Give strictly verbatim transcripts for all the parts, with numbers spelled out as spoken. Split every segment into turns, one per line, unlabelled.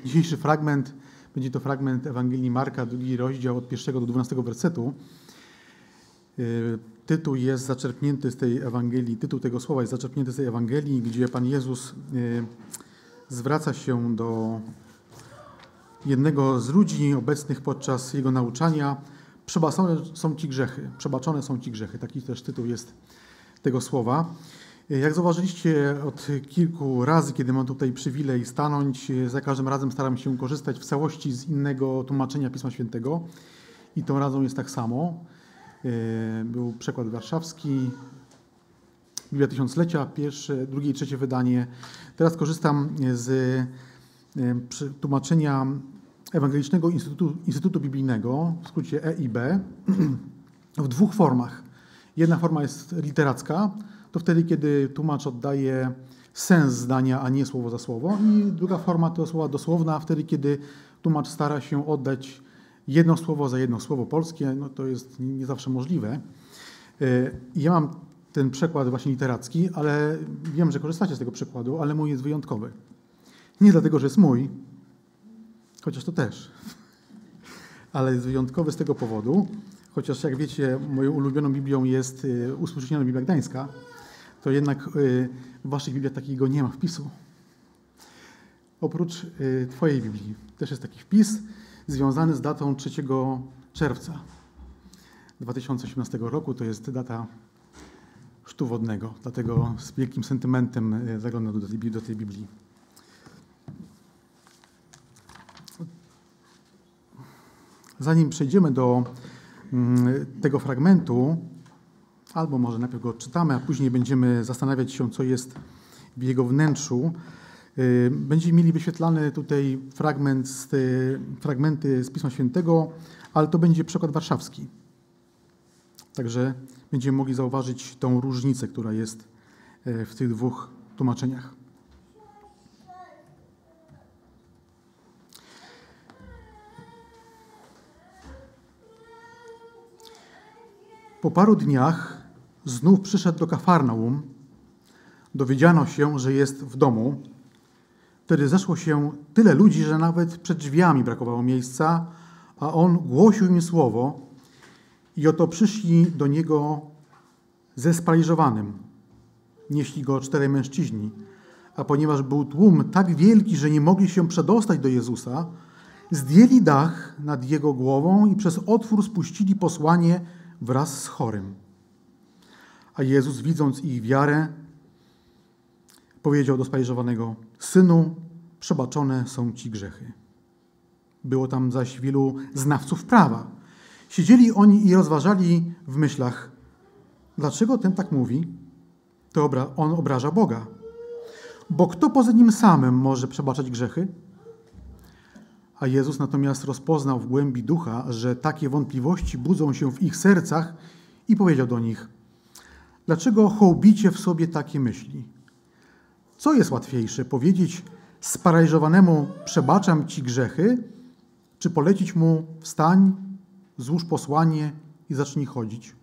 Dzisiejszy fragment będzie to fragment Ewangelii Marka, drugi rozdział od pierwszego do dwunastego wersetu. Tytuł jest zaczerpnięty z tej Ewangelii, tytuł tego słowa jest zaczerpnięty z tej Ewangelii, gdzie Pan Jezus zwraca się do jednego z ludzi obecnych podczas Jego nauczania. Przebaczone są Ci grzechy. Przebaczone są Ci grzechy. Taki też tytuł jest tego słowa. Jak zauważyliście od kilku razy, kiedy mam tutaj przywilej stanąć, za każdym razem staram się korzystać w całości z innego tłumaczenia Pisma Świętego. I tą razą jest tak samo. Był przekład warszawski, Biblia Tysiąclecia, pierwsze, drugie i trzecie wydanie. Teraz korzystam z tłumaczenia Ewangelicznego Instytutu, Instytutu Biblijnego, w skrócie E I B, w dwóch formach. Jedna forma jest literacka, to wtedy, kiedy tłumacz oddaje sens zdania, a nie słowo za słowo. I druga forma to słowa dosłowna, wtedy, kiedy tłumacz stara się oddać jedno słowo za jedno słowo polskie. No to jest nie zawsze możliwe. Ja mam ten przekład właśnie literacki, ale wiem, że korzystacie z tego przekładu, ale mój jest wyjątkowy. Nie dlatego, że jest mój, chociaż to też, ale jest wyjątkowy z tego powodu, chociaż jak wiecie, moją ulubioną Biblią jest Uspółcześniona Biblia Gdańska, to jednak w waszych Bibliach takiego nie ma wpisu. Oprócz twojej Biblii też jest taki wpis związany z datą trzeciego czerwca dwa tysiące osiemnastego roku. To jest data chrztu wodnego, dlatego z wielkim sentymentem zaglądam do tej, do tej Biblii. Zanim przejdziemy do tego fragmentu, albo może najpierw go odczytamy, a później będziemy zastanawiać się, co jest w jego wnętrzu, będziemy mieli wyświetlany tutaj fragment z, fragmenty z Pisma Świętego, ale to będzie przekład warszawski. Także będziemy mogli zauważyć tą różnicę, która jest w tych dwóch tłumaczeniach. Po paru dniach znów przyszedł do Kafarnaum. Dowiedziano się, że jest w domu. Wtedy zeszło się tyle ludzi, że nawet przed drzwiami brakowało miejsca, a on głosił im słowo i oto przyszli do niego ze sparaliżowanym. Nieśli go czterej mężczyźni, a ponieważ był tłum tak wielki, że nie mogli się przedostać do Jezusa, zdjęli dach nad jego głową i przez otwór spuścili posłanie wraz z chorym. A Jezus, widząc ich wiarę, powiedział do sparaliżowanego: Synu, przebaczone są ci grzechy. Było tam zaś wielu znawców prawa. Siedzieli oni i rozważali w myślach, dlaczego ten tak mówi? To on obraża Boga. Bo kto poza nim samym może przebaczać grzechy? A Jezus natomiast rozpoznał w głębi ducha, że takie wątpliwości budzą się w ich sercach i powiedział do nich: dlaczego hołbicie w sobie takie myśli? Co jest łatwiejsze, powiedzieć sparaliżowanemu: przebaczam ci grzechy, czy polecić mu: wstań, złóż posłanie i zacznij chodzić?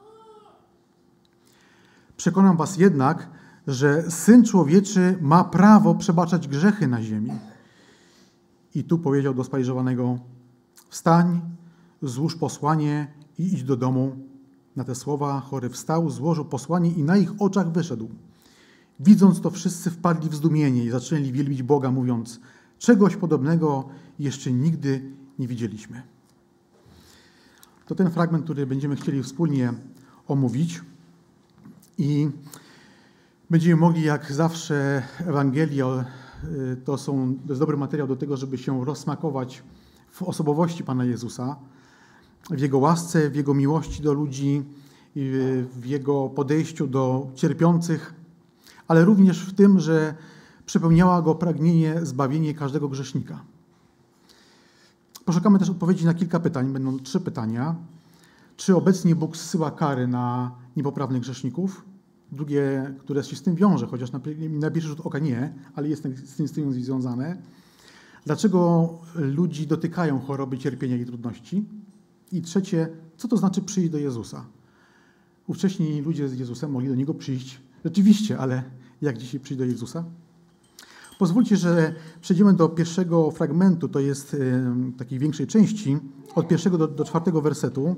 Przekonam was jednak, że Syn Człowieczy ma prawo przebaczać grzechy na ziemi. I tu powiedział do sparaliżowanego: wstań, złóż posłanie i idź do domu. Na te słowa chory wstał, złożył posłanie i na ich oczach wyszedł. Widząc to, wszyscy wpadli w zdumienie i zaczęli wielbić Boga, mówiąc: czegoś podobnego jeszcze nigdy nie widzieliśmy. To ten fragment, który będziemy chcieli wspólnie omówić i będziemy mogli, jak zawsze, Ewangelię, to, są, to jest dobry materiał do tego, żeby się rozsmakować w osobowości Pana Jezusa, w Jego łasce, w Jego miłości do ludzi, w Jego podejściu do cierpiących, ale również w tym, że przepełniała Go pragnienie zbawienia każdego grzesznika. Poszukamy też odpowiedzi na kilka pytań, będą trzy pytania. Czy obecnie Bóg zsyła kary na niepoprawnych grzeszników? Drugie, które się z tym wiąże, chociaż na, na pierwszy rzut oka nie, ale jest z tym, z tym związane. Dlaczego ludzi dotykają choroby, cierpienia i trudności? I trzecie, co to znaczy przyjść do Jezusa? Ówcześni ludzie z Jezusem mogli do Niego przyjść rzeczywiście, ale jak dzisiaj przyjść do Jezusa? Pozwólcie, że przejdziemy do pierwszego fragmentu, to jest takiej większej części, od pierwszego do, do czwartego wersetu.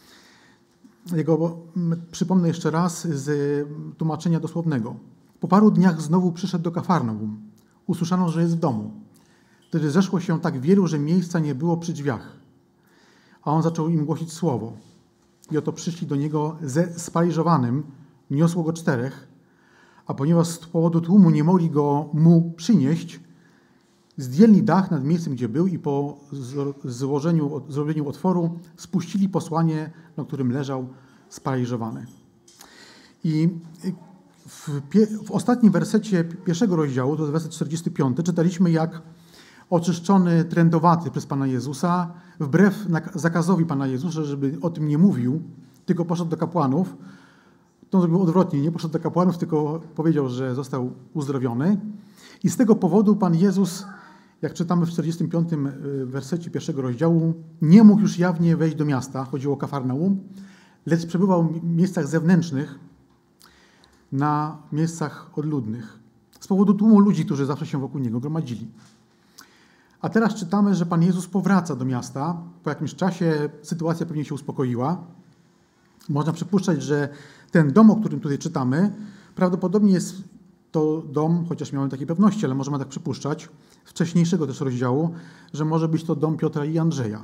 Jego przypomnę jeszcze raz z tłumaczenia dosłownego. Po paru dniach znowu przyszedł do Kafarnaum. Usłyszano, że jest w domu. Wtedy zeszło się tak wielu, że miejsca nie było przy drzwiach. A on zaczął im głosić słowo. I oto przyszli do niego ze sparaliżowanym, niosło go czterech, a ponieważ z powodu tłumu nie mogli go mu przynieść, zdjęli dach nad miejscem, gdzie był i po złożeniu, zrobieniu otworu spuścili posłanie, na którym leżał sparaliżowany. I w, w ostatnim wersecie pierwszego rozdziału, to jest werset czterdziesty piąty, czytaliśmy, jak oczyszczony, trędowaty przez Pana Jezusa, wbrew zakazowi Pana Jezusa, żeby o tym nie mówił, tylko poszedł do kapłanów. To zrobił odwrotnie, nie poszedł do kapłanów, tylko powiedział, że został uzdrowiony. I z tego powodu Pan Jezus, jak czytamy w czterdziestym piątym wersecie pierwszego rozdziału, nie mógł już jawnie wejść do miasta, chodziło o Kafarnaum, lecz przebywał w miejscach zewnętrznych, na miejscach odludnych, z powodu tłumu ludzi, którzy zawsze się wokół Niego gromadzili. A teraz czytamy, że Pan Jezus powraca do miasta. Po jakimś czasie sytuacja pewnie się uspokoiła. Można przypuszczać, że ten dom, o którym tutaj czytamy, prawdopodobnie jest to dom, chociaż miałem takiej pewności, ale możemy tak przypuszczać, z wcześniejszego też rozdziału, że może być to dom Piotra i Andrzeja.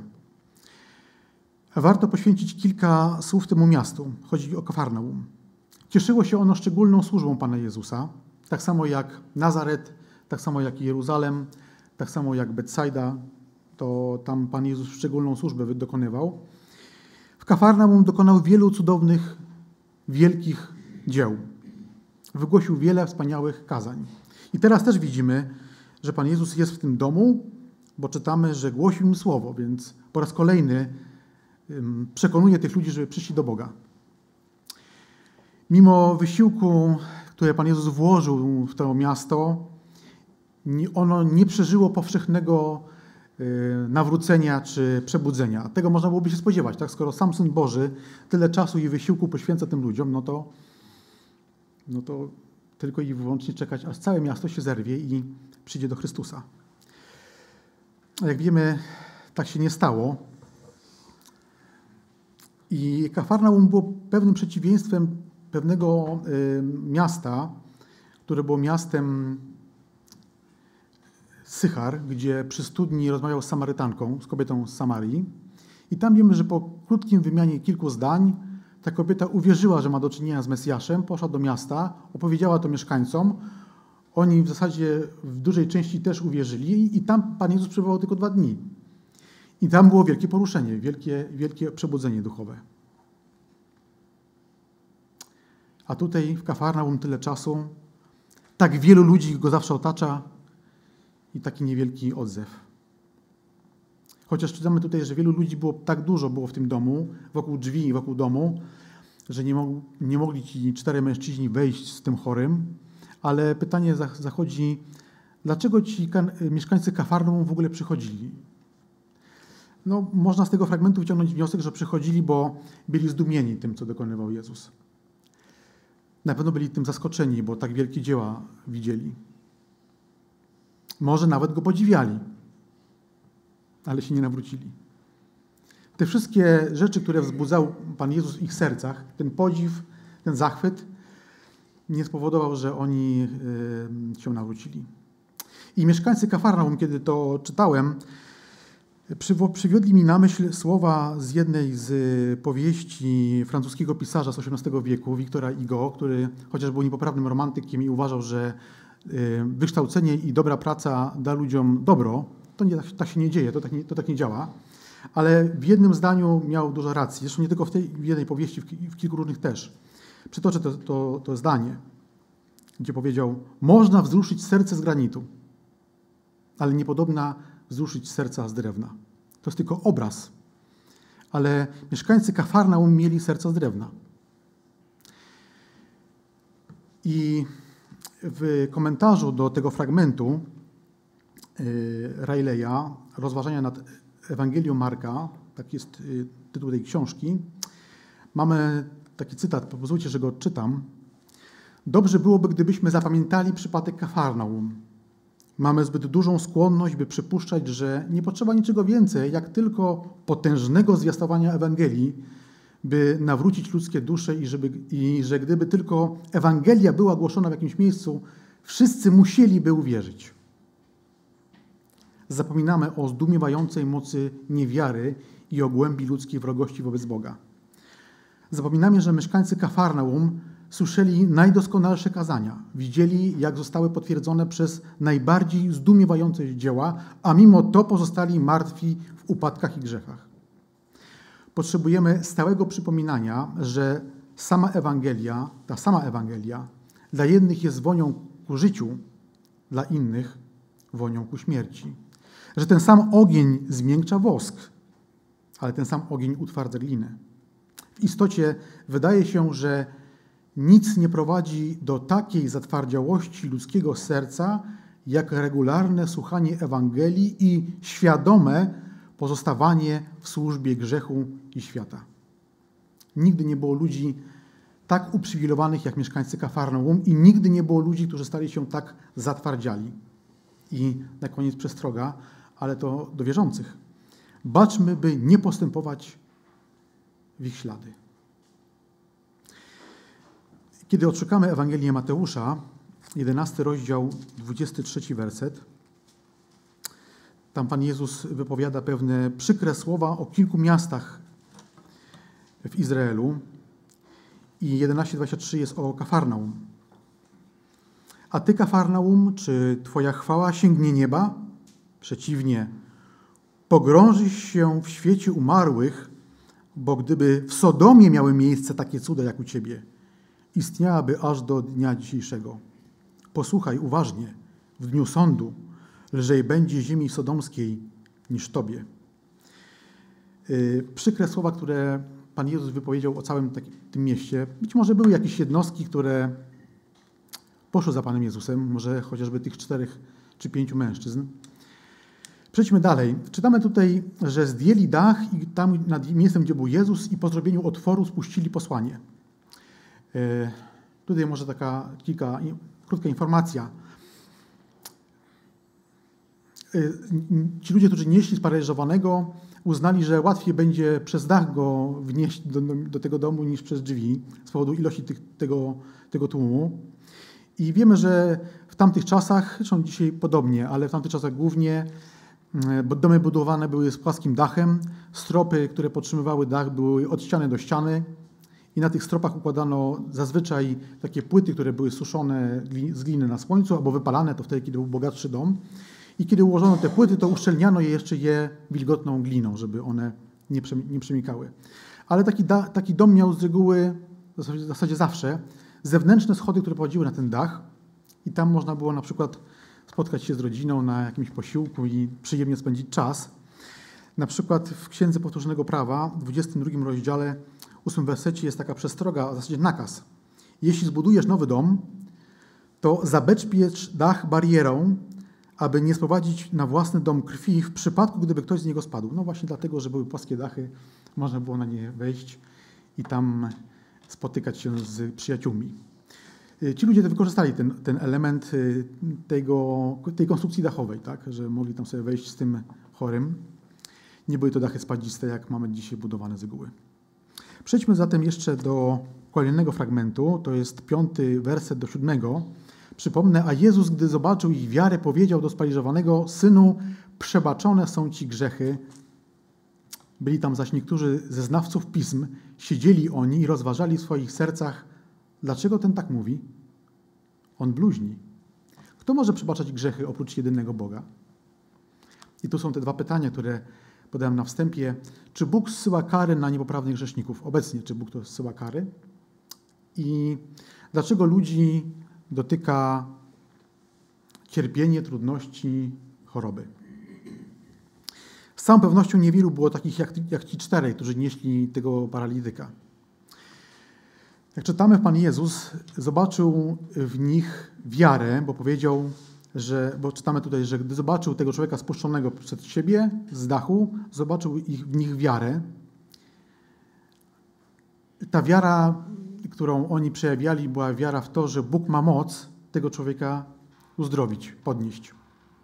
Warto poświęcić kilka słów temu miastu. Chodzi o Kafarnaum. Cieszyło się ono szczególną służbą Pana Jezusa, tak samo jak Nazaret, tak samo jak Jeruzalem, tak samo jak Betsaida, to tam Pan Jezus szczególną służbę dokonywał. W Kafarnaum dokonał wielu cudownych, wielkich dzieł. Wygłosił wiele wspaniałych kazań. I teraz też widzimy, że Pan Jezus jest w tym domu, bo czytamy, że głosił im słowo, więc po raz kolejny przekonuje tych ludzi, żeby przyszli do Boga. Mimo wysiłku, który Pan Jezus włożył w to miasto, ono nie przeżyło powszechnego nawrócenia czy przebudzenia. Tego można byłoby się spodziewać, tak? Skoro sam Syn Boży tyle czasu i wysiłku poświęca tym ludziom, no to, no to tylko i wyłącznie czekać, aż całe miasto się zerwie i przyjdzie do Chrystusa. A jak wiemy, tak się nie stało. I Kafarnaum było pewnym przeciwieństwem pewnego y, miasta, które było miastem Sychar, gdzie przy studni rozmawiał z Samarytanką, z kobietą z Samarii. I tam wiemy, że po krótkim wymianie kilku zdań ta kobieta uwierzyła, że ma do czynienia z Mesjaszem, poszła do miasta, opowiedziała to mieszkańcom. Oni w zasadzie w dużej części też uwierzyli i tam Pan Jezus przebywał tylko dwa dni. I tam było wielkie poruszenie, wielkie, wielkie przebudzenie duchowe. A tutaj w Kafarnaum tyle czasu, tak wielu ludzi go zawsze otacza i taki niewielki odzew. Chociaż czytamy tutaj, że wielu ludzi było, tak dużo było w tym domu, wokół drzwi i wokół domu, że nie, mog, nie mogli ci cztery mężczyźni wejść z tym chorym, ale pytanie zachodzi, dlaczego ci mieszkańcy Kafarnaum w ogóle przychodzili? No, można z tego fragmentu wyciągnąć wniosek, że przychodzili, bo byli zdumieni tym, co dokonywał Jezus. Na pewno byli tym zaskoczeni, bo tak wielkie dzieła widzieli. Może nawet go podziwiali, ale się nie nawrócili. Te wszystkie rzeczy, które wzbudzał Pan Jezus w ich sercach, ten podziw, ten zachwyt, nie spowodował, że oni się nawrócili. I mieszkańcy Kafarnaum, kiedy to czytałem, przywiodli mi na myśl słowa z jednej z powieści francuskiego pisarza z osiemnastego wieku, Wiktora Hugo, który chociaż był niepoprawnym romantykiem i uważał, że wykształcenie i dobra praca da ludziom dobro, to nie, tak się nie dzieje, to tak nie, to tak nie działa, ale w jednym zdaniu miał dużo racji, zresztą nie tylko w tej w jednej powieści, w kilku różnych też. Przytoczę to, to, to zdanie, gdzie powiedział: można wzruszyć serce z granitu, ale niepodobna wzruszyć serca z drewna. To jest tylko obraz, ale mieszkańcy Kafarnaum mieli serca z drewna. I w komentarzu do tego fragmentu Rileya, rozważania nad Ewangelią Marka, tak jest tytuł tej książki, mamy taki cytat, pozwólcie, że go odczytam. Dobrze byłoby, gdybyśmy zapamiętali przypadek Kafarnaum. Mamy zbyt dużą skłonność, by przypuszczać, że nie potrzeba niczego więcej, jak tylko potężnego zwiastowania Ewangelii, by nawrócić ludzkie dusze i, żeby, i że gdyby tylko Ewangelia była głoszona w jakimś miejscu, wszyscy musieliby uwierzyć. Zapominamy o zdumiewającej mocy niewiary i o głębi ludzkiej wrogości wobec Boga. Zapominamy, że mieszkańcy Kafarnaum słyszeli najdoskonalsze kazania, widzieli, jak zostały potwierdzone przez najbardziej zdumiewające dzieła, a mimo to pozostali martwi w upadkach i grzechach. Potrzebujemy stałego przypominania, że sama Ewangelia, ta sama Ewangelia, dla jednych jest wonią ku życiu, dla innych wonią ku śmierci. Że ten sam ogień zmiękcza wosk, ale ten sam ogień utwardza glinę. W istocie wydaje się, że nic nie prowadzi do takiej zatwardziałości ludzkiego serca, jak regularne słuchanie Ewangelii i świadome pozostawanie w służbie grzechu i świata. Nigdy nie było ludzi tak uprzywilejowanych jak mieszkańcy Kafarnaum i nigdy nie było ludzi, którzy stali się tak zatwardziali. I na koniec przestroga, ale to do wierzących. Baczmy, by nie postępować w ich ślady. Kiedy odszukamy Ewangelię Mateusza, jedenasty rozdział, dwudziesty trzeci werset, tam Pan Jezus wypowiada pewne przykre słowa o kilku miastach w Izraelu i jedenaście dwadzieścia trzy jest o Kafarnaum. A ty, Kafarnaum, czy twoja chwała sięgnie nieba? Przeciwnie, pogrążysz się w świecie umarłych, bo gdyby w Sodomie miały miejsce takie cuda jak u ciebie, istniałaby aż do dnia dzisiejszego. Posłuchaj uważnie, w dniu sądu lżej będzie ziemi sodomskiej niż tobie. Yy, przykre słowa, które Pan Jezus wypowiedział o całym takim, tym mieście. Być może były jakieś jednostki, które poszły za Panem Jezusem, może chociażby tych czterech czy pięciu mężczyzn. Przejdźmy dalej. Czytamy tutaj, że zdjęli dach i tam nad miejscem, gdzie był Jezus i po zrobieniu otworu spuścili posłanie. Yy, tutaj może taka kilka, krótka informacja. Ci ludzie, którzy nieśli sparaliżowanego, uznali, że łatwiej będzie przez dach go wnieść do, do tego domu niż przez drzwi z powodu ilości tych, tego, tego tłumu. I wiemy, że w tamtych czasach, zresztą dzisiaj podobnie, ale w tamtych czasach głównie bo domy budowane były z płaskim dachem, stropy, które podtrzymywały dach, były od ściany do ściany i na tych stropach układano zazwyczaj takie płyty, które były suszone z gliny na słońcu albo wypalane, to wtedy, kiedy był bogatszy dom. I kiedy ułożono te płyty, to uszczelniano je jeszcze je wilgotną gliną, żeby one nie, nie przemikały. Ale taki, da, taki dom miał z reguły, w zasadzie, w zasadzie zawsze, zewnętrzne schody, które prowadziły na ten dach i tam można było na przykład spotkać się z rodziną na jakimś posiłku i przyjemnie spędzić czas. Na przykład w Księdze Powtórzonego Prawa, w dwudziestym drugim rozdziale, ósmym wersecie jest taka przestroga, w zasadzie nakaz. Jeśli zbudujesz nowy dom, to zabezpiecz dach barierą, aby nie sprowadzić na własny dom krwi w przypadku, gdyby ktoś z niego spadł. No właśnie dlatego, że były płaskie dachy, można było na nie wejść i tam spotykać się z przyjaciółmi. Ci ludzie wykorzystali ten, ten element tego, tej konstrukcji dachowej, tak, że mogli tam sobie wejść z tym chorym. Nie były to dachy spadziste, jak mamy dzisiaj budowane z reguły. Przejdźmy zatem jeszcze do kolejnego fragmentu, to jest piąty werset do siódmego. Przypomnę, a Jezus, gdy zobaczył ich wiarę, powiedział do sparaliżowanego: Synu, przebaczone są ci grzechy. Byli tam zaś niektórzy ze znawców pism, siedzieli oni i rozważali w swoich sercach, dlaczego ten tak mówi? On bluźni. Kto może przebaczać grzechy oprócz jedynego Boga? I tu są te dwa pytania, które podałem na wstępie. Czy Bóg zsyła kary na niepoprawnych grzeszników? Obecnie, czy Bóg to zsyła kary? I dlaczego ludzi dotyka cierpienie, trudności, choroby? Z całą pewnością niewielu było takich jak, jak ci czterej, którzy nieśli tego paralityka. Jak czytamy, Pan Jezus zobaczył w nich wiarę, bo powiedział, że, bo czytamy tutaj, że gdy zobaczył tego człowieka spuszczonego przed siebie z dachu, zobaczył ich, w nich wiarę. Ta wiara, którą oni przejawiali, była wiara w to, że Bóg ma moc tego człowieka uzdrowić, podnieść.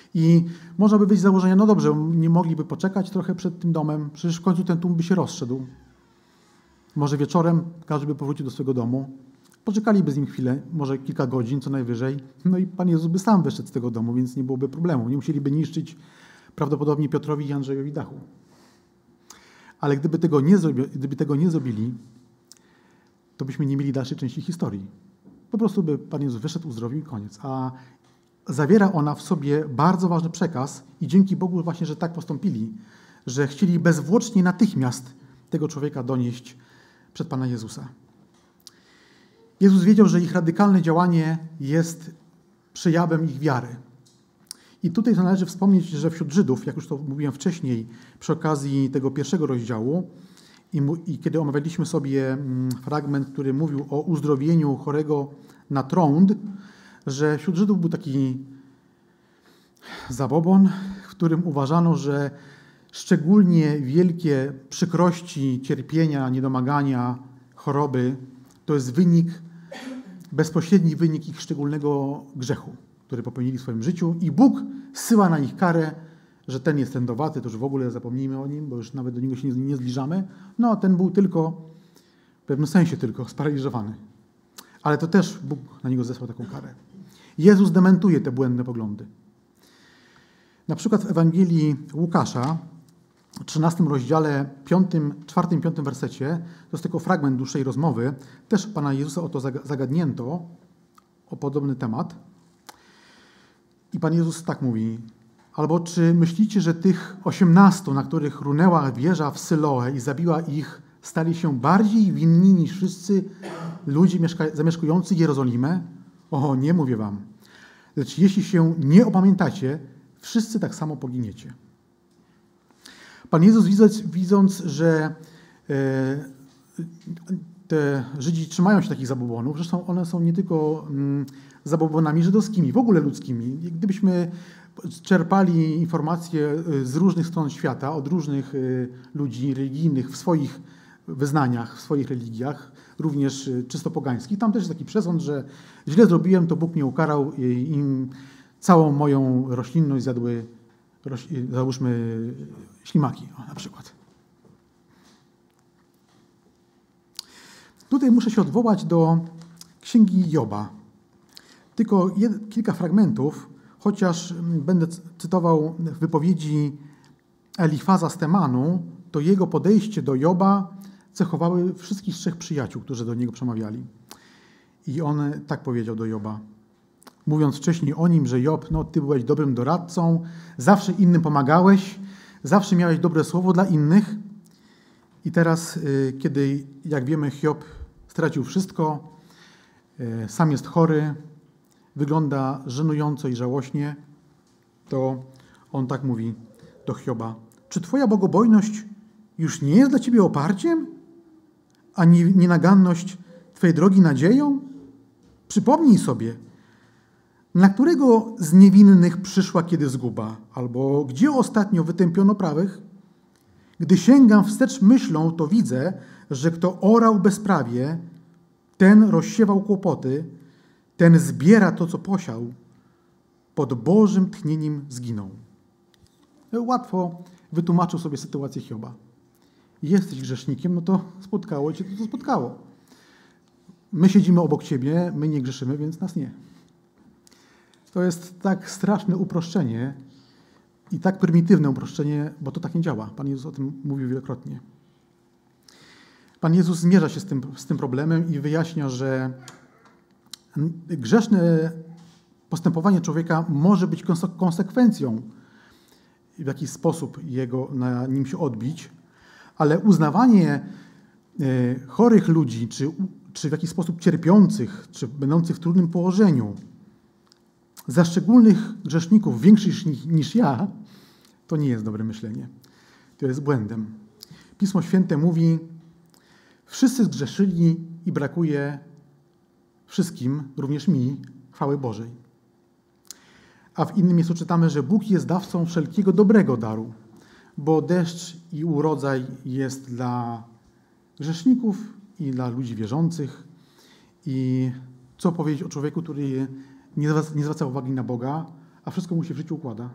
I można by wyjść z założenia, no dobrze, nie mogliby poczekać trochę przed tym domem, przecież w końcu ten tłum by się rozszedł. Może wieczorem każdy by powrócił do swojego domu, poczekaliby z nim chwilę, może kilka godzin co najwyżej, no i Pan Jezus by sam wyszedł z tego domu, więc nie byłoby problemu. Nie musieliby niszczyć prawdopodobnie Piotrowi i Andrzejowi dachu. Ale gdyby tego nie, zrobi, gdyby tego nie zrobili, to byśmy nie mieli dalszej części historii. Po prostu by Pan Jezus wyszedł, uzdrowił i koniec. A zawiera ona w sobie bardzo ważny przekaz i dzięki Bogu właśnie, że tak postąpili, że chcieli bezwłocznie natychmiast tego człowieka donieść przed Pana Jezusa. Jezus wiedział, że ich radykalne działanie jest przejawem ich wiary. I tutaj należy wspomnieć, że wśród Żydów, jak już to mówiłem wcześniej, przy okazji tego pierwszego rozdziału, i, mu, i kiedy omawialiśmy sobie fragment, który mówił o uzdrowieniu chorego na trąd, że wśród Żydów był taki zabobon, w którym uważano, że szczególnie wielkie przykrości, cierpienia, niedomagania, choroby to jest wynik, bezpośredni wynik ich szczególnego grzechu, który popełnili w swoim życiu i Bóg zsyła na nich karę, że ten jest trędowaty, to już w ogóle zapomnijmy o nim, bo już nawet do niego się nie, nie zbliżamy. No, ten był tylko, w pewnym sensie tylko, sparaliżowany. Ale to też Bóg na niego zesłał taką karę. Jezus dementuje te błędne poglądy. Na przykład w Ewangelii Łukasza, w trzynastym rozdziale, piątym, czwartym, piątym wersecie, to jest tylko fragment dłuższej rozmowy, też Pana Jezusa o to zagadnięto, o podobny temat. I Pan Jezus tak mówi: albo czy myślicie, że tych osiemnastu, na których runęła wieża w Syloe i zabiła ich, stali się bardziej winni niż wszyscy ludzie mieszka- zamieszkujący Jerozolimę? O, nie mówię wam. Lecz jeśli się nie opamiętacie, wszyscy tak samo poginiecie. Pan Jezus, widząc, widząc że e, te Żydzi trzymają się takich zabobonów, zresztą one są nie tylko mm, zabobonami żydowskimi, w ogóle ludzkimi. Gdybyśmy czerpali informacje z różnych stron świata, od różnych ludzi religijnych w swoich wyznaniach, w swoich religiach, również czysto pogańskich, tam też jest taki przesąd, że źle zrobiłem, to Bóg mnie ukarał i im całą moją roślinność zjadły, załóżmy, ślimaki na przykład. Tutaj muszę się odwołać do Księgi Joba. Tylko jed, kilka fragmentów, chociaż będę cytował w wypowiedzi Elifaza z Temanu, to jego podejście do Joba cechowały wszystkich trzech przyjaciół, którzy do niego przemawiali. I on tak powiedział do Joba, mówiąc wcześniej o nim, że Job, no ty byłeś dobrym doradcą, zawsze innym pomagałeś, zawsze miałeś dobre słowo dla innych. I teraz, kiedy, jak wiemy, Hiob stracił wszystko, sam jest chory, wygląda żenująco i żałośnie, to on tak mówi do Hioba: czy twoja bogobojność już nie jest dla ciebie oparciem, a nienaganność twojej drogi nadzieją? Przypomnij sobie, na którego z niewinnych przyszła kiedy zguba, albo gdzie ostatnio wytępiono prawych? Gdy sięgam wstecz myślą, to widzę, że kto orał bezprawie, ten rozsiewał kłopoty, ten zbiera to, co posiał, pod Bożym tchnieniem zginął. Łatwo wytłumaczył sobie sytuację Hioba. Jesteś grzesznikiem, no to spotkało cię to, co spotkało. My siedzimy obok ciebie, my nie grzeszymy, więc nas nie. To jest tak straszne uproszczenie i tak prymitywne uproszczenie, bo to tak nie działa. Pan Jezus o tym mówił wielokrotnie. Pan Jezus zmierza się z tym, z tym problemem i wyjaśnia, że grzeszne postępowanie człowieka może być konsekwencją, w jakiś sposób jego, na nim się odbić, ale uznawanie chorych ludzi, czy, czy w jakiś sposób cierpiących, czy będących w trudnym położeniu za szczególnych grzeszników, większych niż, niż ja, to nie jest dobre myślenie. To jest błędem. Pismo Święte mówi: wszyscy zgrzeszyli i brakuje wszystkim, również mi, chwały Bożej. A w innym miejscu czytamy, że Bóg jest dawcą wszelkiego dobrego daru, bo deszcz i urodzaj jest dla grzeszników i dla ludzi wierzących. I co powiedzieć o człowieku, który nie zwraca uwagi na Boga, a wszystko mu się w życiu układa.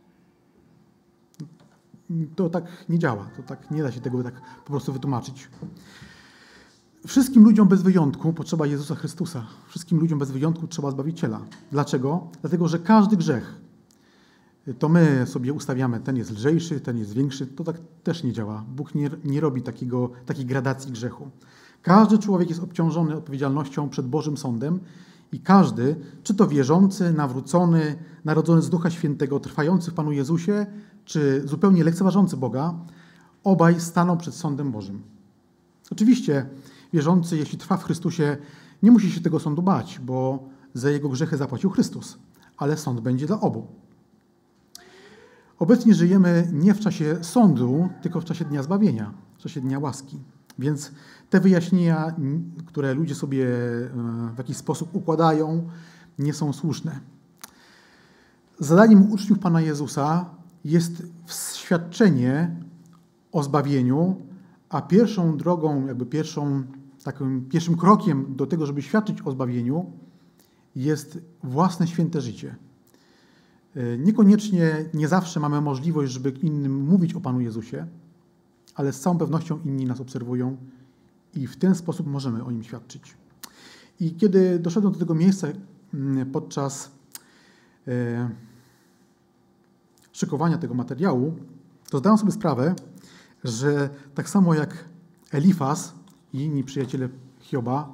To tak nie działa, to tak nie da się tego tak po prostu wytłumaczyć. Wszystkim ludziom bez wyjątku potrzeba Jezusa Chrystusa. Wszystkim ludziom bez wyjątku trzeba Zbawiciela. Dlaczego? Dlatego, że każdy grzech, to my sobie ustawiamy, ten jest lżejszy, ten jest większy, to tak też nie działa. Bóg nie, nie robi takiego, takiej gradacji grzechu. Każdy człowiek jest obciążony odpowiedzialnością przed Bożym Sądem i każdy, czy to wierzący, nawrócony, narodzony z Ducha Świętego, trwający w Panu Jezusie, czy zupełnie lekceważący Boga, obaj staną przed sądem Bożym. Oczywiście wierzący, jeśli trwa w Chrystusie, nie musi się tego sądu bać, bo za jego grzechy zapłacił Chrystus, ale sąd będzie dla obu. Obecnie żyjemy nie w czasie sądu, tylko w czasie Dnia Zbawienia, w czasie Dnia Łaski. Więc te wyjaśnienia, które ludzie sobie w jakiś sposób układają, nie są słuszne. Zadaniem uczniów Pana Jezusa jest świadczenie o zbawieniu, a pierwszą drogą, jakby pierwszą, takim pierwszym krokiem do tego, żeby świadczyć o zbawieniu, jest własne święte życie. Niekoniecznie, nie zawsze mamy możliwość, żeby innym mówić o Panu Jezusie, ale z całą pewnością inni nas obserwują i w ten sposób możemy o Nim świadczyć. I kiedy doszedłem do tego miejsca podczas e, szykowania tego materiału, to zdałem sobie sprawę, że tak samo jak Elifaz i inni przyjaciele Hioba,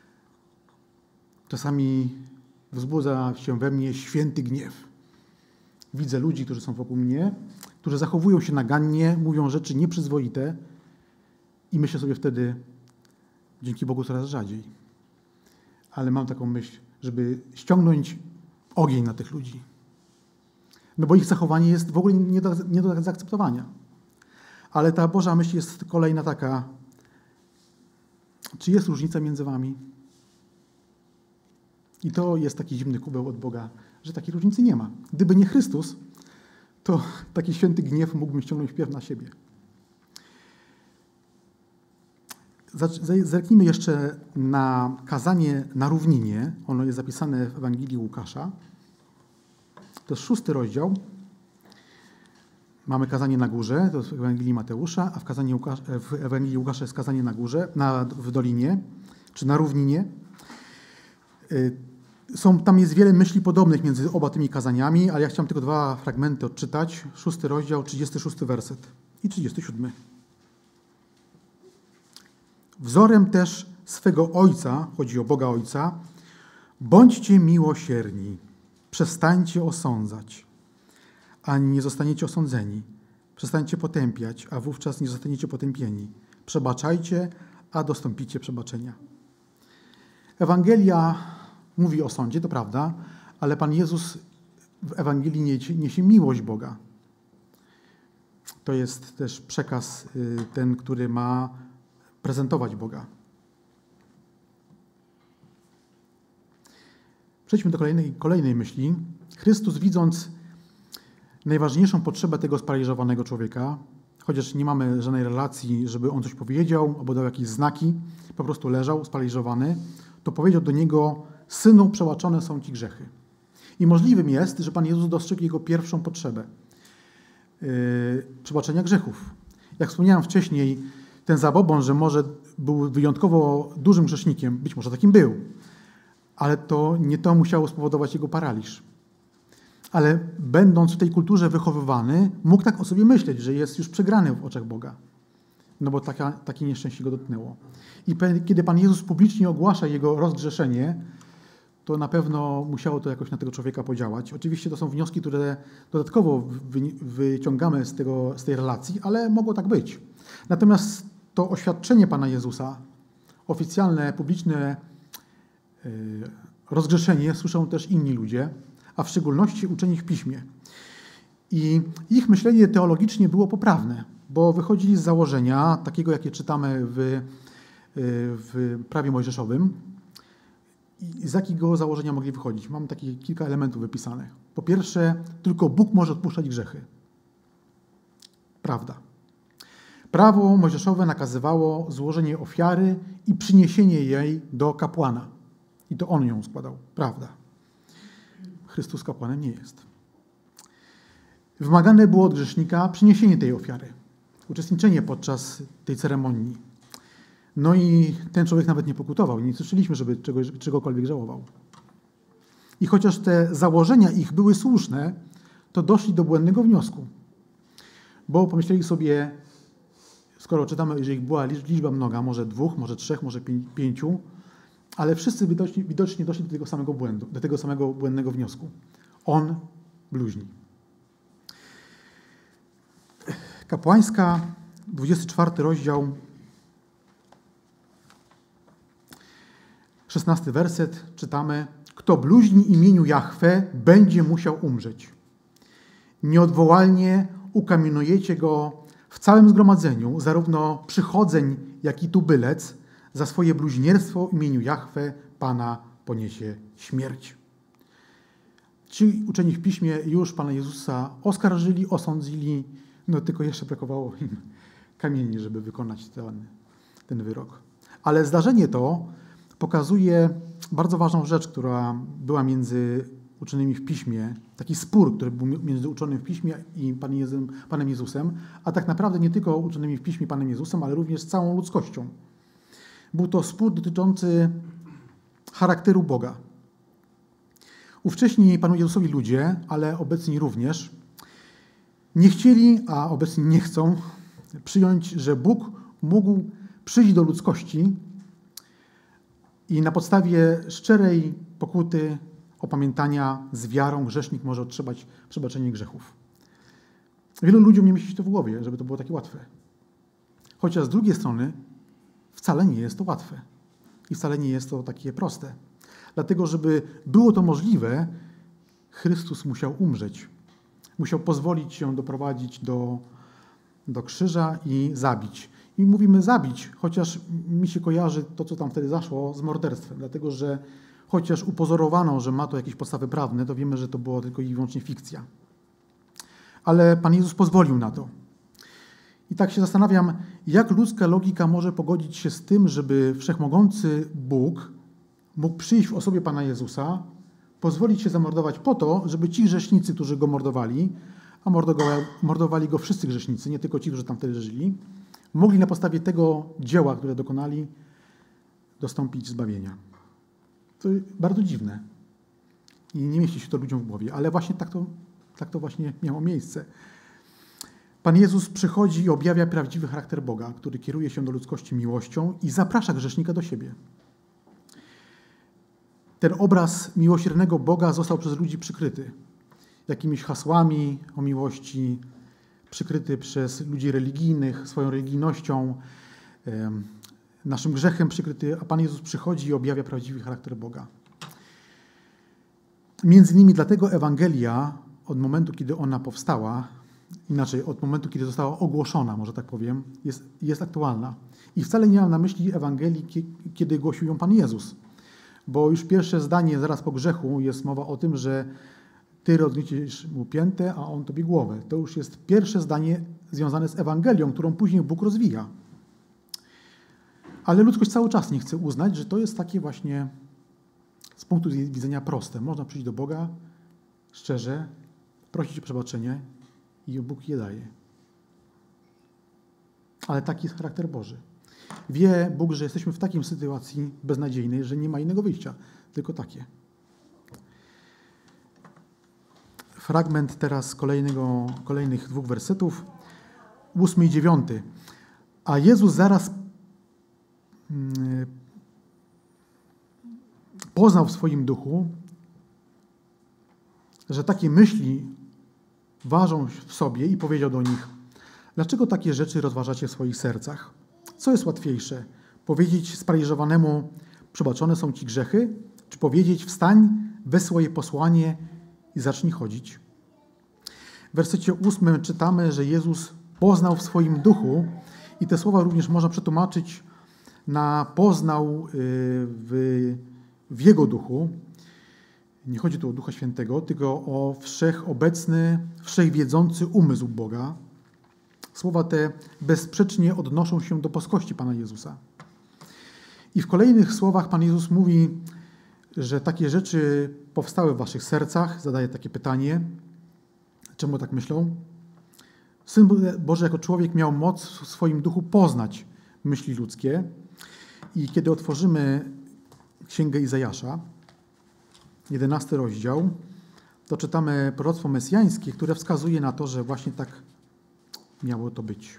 czasami wzbudza się we mnie święty gniew. Widzę ludzi, którzy są wokół mnie, którzy zachowują się nagannie, mówią rzeczy nieprzyzwoite i myślę sobie wtedy, dzięki Bogu coraz rzadziej. Ale mam taką myśl, żeby ściągnąć ogień na tych ludzi. No bo ich zachowanie jest w ogóle nie do, nie do zaakceptowania. Ale ta Boża myśl jest kolejna taka, czy jest różnica między wami? I to jest taki zimny kubeł od Boga, że takiej różnicy nie ma. Gdyby nie Chrystus, to taki święty gniew mógłbym ściągnąć wpierw na siebie. Zerknijmy jeszcze na kazanie na równinie. Ono jest zapisane w Ewangelii Łukasza. To jest szósty rozdział. Mamy kazanie na górze, to jest w Ewangelii Mateusza, a w, kazaniu Łukasz, w Ewangelii Łukasza jest kazanie na górze, na, w dolinie, czy na równinie. Są, tam jest wiele myśli podobnych między oba tymi kazaniami, ale ja chciałem tylko dwa fragmenty odczytać. Szósty rozdział, trzydziesty szósty werset i trzydziesty siódmy. Wzorem też swego Ojca, chodzi o Boga Ojca, bądźcie miłosierni, przestańcie osądzać, ani nie zostaniecie osądzeni. Przestańcie potępiać, a wówczas nie zostaniecie potępieni. Przebaczajcie, a dostąpicie przebaczenia. Ewangelia mówi o sądzie, to prawda, ale Pan Jezus w Ewangelii niesie, niesie miłość Boga. To jest też przekaz ten, który ma prezentować Boga. Przejdźmy do kolejnej, kolejnej myśli. Chrystus, widząc najważniejszą potrzebę tego sparaliżowanego człowieka, chociaż nie mamy żadnej relacji, żeby on coś powiedział albo dał jakieś znaki, po prostu leżał sparaliżowany, to powiedział do niego: Synu, przebaczone są ci grzechy. I możliwym jest, że Pan Jezus dostrzegł jego pierwszą potrzebę yy, przebaczenia grzechów. Jak wspomniałem wcześniej, ten zabobon, że może był wyjątkowo dużym grzesznikiem, być może takim był, ale to nie to musiało spowodować jego paraliż. Ale będąc w tej kulturze wychowywany, mógł tak o sobie myśleć, że jest już przegrany w oczach Boga. No bo taka, takie nieszczęście go dotknęło. I kiedy Pan Jezus publicznie ogłasza jego rozgrzeszenie, to na pewno musiało to jakoś na tego człowieka podziałać. Oczywiście to są wnioski, które dodatkowo wyciągamy z, tego, z tej relacji, ale mogło tak być. Natomiast to oświadczenie Pana Jezusa, oficjalne, publiczne rozgrzeszenie słyszą też inni ludzie, a w szczególności uczeni w Piśmie. I ich myślenie teologicznie było poprawne, bo wychodzili z założenia, takiego jakie czytamy w, w prawie mojżeszowym. I z jakiego założenia mogli wychodzić? Mam takie kilka elementów wypisanych. Po pierwsze, tylko Bóg może odpuszczać grzechy. Prawda. Prawo mojżeszowe nakazywało złożenie ofiary i przyniesienie jej do kapłana. I to on ją składał. Prawda. Chrystus kapłanem nie jest. Wymagane było od grzesznika przyniesienie tej ofiary, uczestniczenie podczas tej ceremonii. No i ten człowiek nawet nie pokutował. Nie słyszeliśmy, żeby czegoś, czegokolwiek żałował. I chociaż te założenia ich były słuszne, to doszli do błędnego wniosku. Bo pomyśleli sobie, skoro czytamy, że ich była liczba mnoga, może dwóch, może trzech, może pięciu, ale wszyscy widocznie, widocznie doszli do tego samego błędu, do tego samego błędnego wniosku. On bluźni. Kapłańska, dwudziesty czwarty rozdział, szesnasty werset, czytamy: Kto bluźni imieniu Jahwe, będzie musiał umrzeć. Nieodwołalnie ukamienujecie go w całym zgromadzeniu, zarówno przychodzeń, jak i tubylec, za swoje bluźnierstwo w imieniu Jahwe Pana poniesie śmierć. Ci uczeni w Piśmie już Pana Jezusa oskarżyli, osądzili, no tylko jeszcze brakowało im kamieni, żeby wykonać ten, ten wyrok. Ale zdarzenie to pokazuje bardzo ważną rzecz, która była między uczonymi w Piśmie, taki spór, który był między uczonym w Piśmie i Panem Jezusem, Panem Jezusem, a tak naprawdę nie tylko uczonymi w Piśmie Panem Jezusem, ale również całą ludzkością. Był to spór dotyczący charakteru Boga. Ówcześni Panu Jezusowi ludzie, ale obecni również, nie chcieli, a obecni nie chcą przyjąć, że Bóg mógł przyjść do ludzkości i na podstawie szczerej pokuty, opamiętania z wiarą grzesznik może otrzymać przebaczenie grzechów. Wielu ludziom nie mieści się to w głowie, żeby to było takie łatwe. Chociaż z drugiej strony wcale nie jest to łatwe i wcale nie jest to takie proste. Dlatego, żeby było to możliwe, Chrystus musiał umrzeć. Musiał pozwolić się doprowadzić do, do krzyża i zabić. I mówimy zabić, chociaż mi się kojarzy to, co tam wtedy zaszło, z morderstwem. Dlatego, że chociaż upozorowano, że ma to jakieś podstawy prawne, to wiemy, że to była tylko i wyłącznie fikcja. Ale Pan Jezus pozwolił na to. I tak się zastanawiam, jak ludzka logika może pogodzić się z tym, żeby wszechmogący Bóg mógł przyjść w osobie Pana Jezusa, pozwolić się zamordować po to, żeby ci grzesznicy, którzy go mordowali, a mordowali go wszyscy grzesznicy, nie tylko ci, którzy tam wtedy żyli, mogli na podstawie tego dzieła, które dokonali, dostąpić zbawienia. To bardzo dziwne. I nie mieści się to ludziom w głowie, ale właśnie tak to, tak to właśnie miało miejsce. Pan Jezus przychodzi i objawia prawdziwy charakter Boga, który kieruje się do ludzkości miłością i zaprasza grzesznika do siebie. Ten obraz miłosiernego Boga został przez ludzi przykryty jakimiś hasłami o miłości, przykryty przez ludzi religijnych, swoją religijnością, naszym grzechem przykryty, a Pan Jezus przychodzi i objawia prawdziwy charakter Boga. Między innymi dlatego Ewangelia od momentu, kiedy ona powstała, inaczej od momentu, kiedy została ogłoszona, może tak powiem, jest, jest aktualna. I wcale nie mam na myśli Ewangelii, kiedy głosił ją Pan Jezus. Bo już pierwsze zdanie zaraz po grzechu jest mowa o tym, że ty rozgniecisz mu piętę, a on tobie głowę. To już jest pierwsze zdanie związane z Ewangelią, którą później Bóg rozwija. Ale ludzkość cały czas nie chce uznać, że to jest takie właśnie z punktu widzenia proste. Można przyjść do Boga szczerze, prosić o przebaczenie i Bóg je daje. Ale taki jest charakter Boży. Wie Bóg, że jesteśmy w takiej sytuacji beznadziejnej, że nie ma innego wyjścia, tylko takie. Fragment teraz kolejnego, kolejnych dwóch wersetów, ósmy i dziewiąty. A Jezus zaraz poznał w swoim duchu, że takie myśli ważą w sobie i powiedział do nich: dlaczego takie rzeczy rozważacie w swoich sercach? Co jest łatwiejsze? Powiedzieć sparaliżowanemu: przebaczone są ci grzechy? Czy powiedzieć: wstań, weź swoje posłanie i zacznij chodzić? W wersecie ósmym czytamy, że Jezus poznał w swoim duchu i te słowa również można przetłumaczyć na poznał w, w Jego duchu. Nie chodzi tu o Ducha Świętego, tylko o wszechobecny, wszechwiedzący umysł Boga. Słowa te bezsprzecznie odnoszą się do boskości Pana Jezusa. I w kolejnych słowach Pan Jezus mówi, że takie rzeczy powstały w waszych sercach, zadaje takie pytanie, Czemu tak myślą? Syn Boży jako człowiek miał moc w swoim duchu poznać myśli ludzkie i kiedy otworzymy Księgę Izajasza, jedenasty rozdział, to czytamy proroctwo mesjańskie, które wskazuje na to, że właśnie tak miało to być.